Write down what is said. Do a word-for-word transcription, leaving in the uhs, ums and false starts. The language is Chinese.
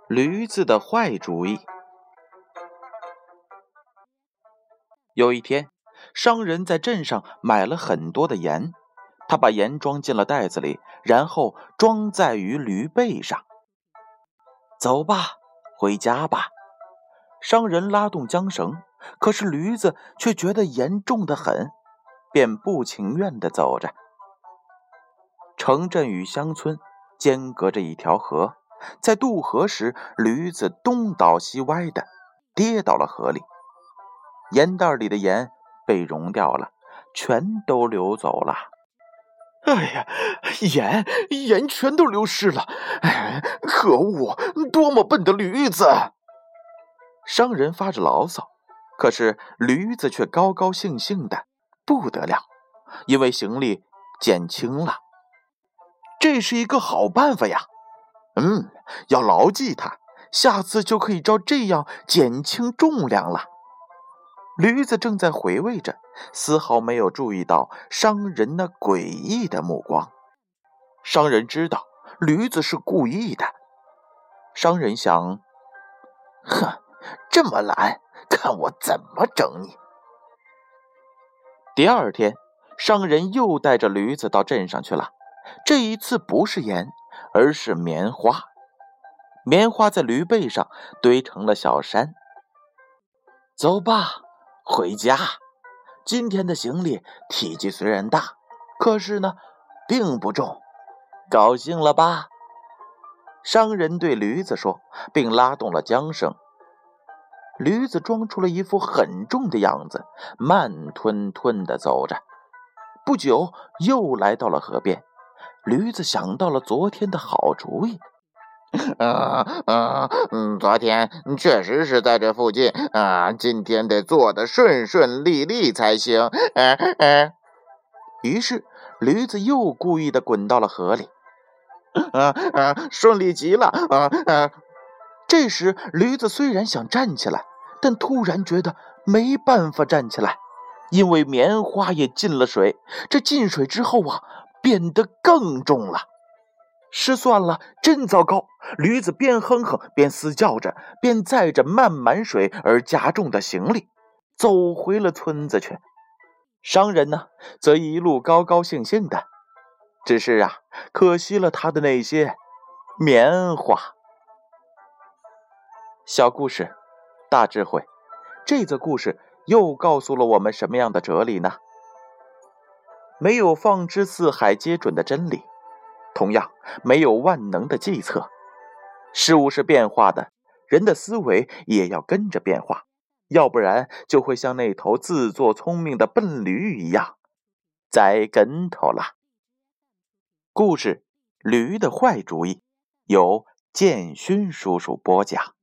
驴子的坏主意。有一天，商人在镇上买了很多的盐，他把盐装进了袋子里，然后装载于驴背上。走吧，回家吧。商人拉动缰绳，可是驴子却觉得盐重得很，便不情愿地走着。城镇与乡村间隔着一条河，在渡河时，驴子东倒西歪的跌到了河里，盐袋里的盐被溶掉了，全都流走了。 哎呀，盐盐全都流失了！哎，可恶，多么笨的驴子！ 商人发着牢骚，可是驴子却高高兴兴的不得了，因为行李减轻了。 这是一个好办法呀！嗯，要牢记它，下次就可以照这样减轻重量了。 驴子正在回味着，丝毫没有注意到商人那诡异的目光。商人知道驴子是故意的。商人想， 哼，这么懒，看我怎么整你！ 第二天，商人又带着驴子到镇上去了。这一次不是盐，而是棉花。棉花在驴背上堆成了小山。走吧，回家。今天的行李体积虽然大，可是呢，并不重。高兴了吧？商人对驴子说，并拉动了缰绳。驴子装出了一副很重的样子，慢吞吞地走着。不久，又来到了河边。驴子想到了昨天的好主意。 啊啊，嗯，昨天确实是在这附近啊，今天得做得顺顺利利才行。啊啊！ 于是驴子又故意的滚到了河里。 啊啊，顺利极了！啊啊！ 这时驴子虽然想站起来，但突然觉得没办法站起来，因为棉花也进了水。这进水之后啊，变得更重了。失算了，真糟糕！驴子边哼哼边嘶叫着，便载着漫满水而加重的行李走回了村子去。商人呢，则一路高高兴兴的，只是啊，可惜了他的那些棉花。小故事，大智慧。这则故事又告诉了我们什么样的哲理呢？没有放之四海皆准的真理，同样没有万能的计策。事物是变化的，人的思维也要跟着变化，要不然就会像那头自作聪明的笨驴一样栽跟头了。故事《驴的坏主意》由建勋叔叔播讲。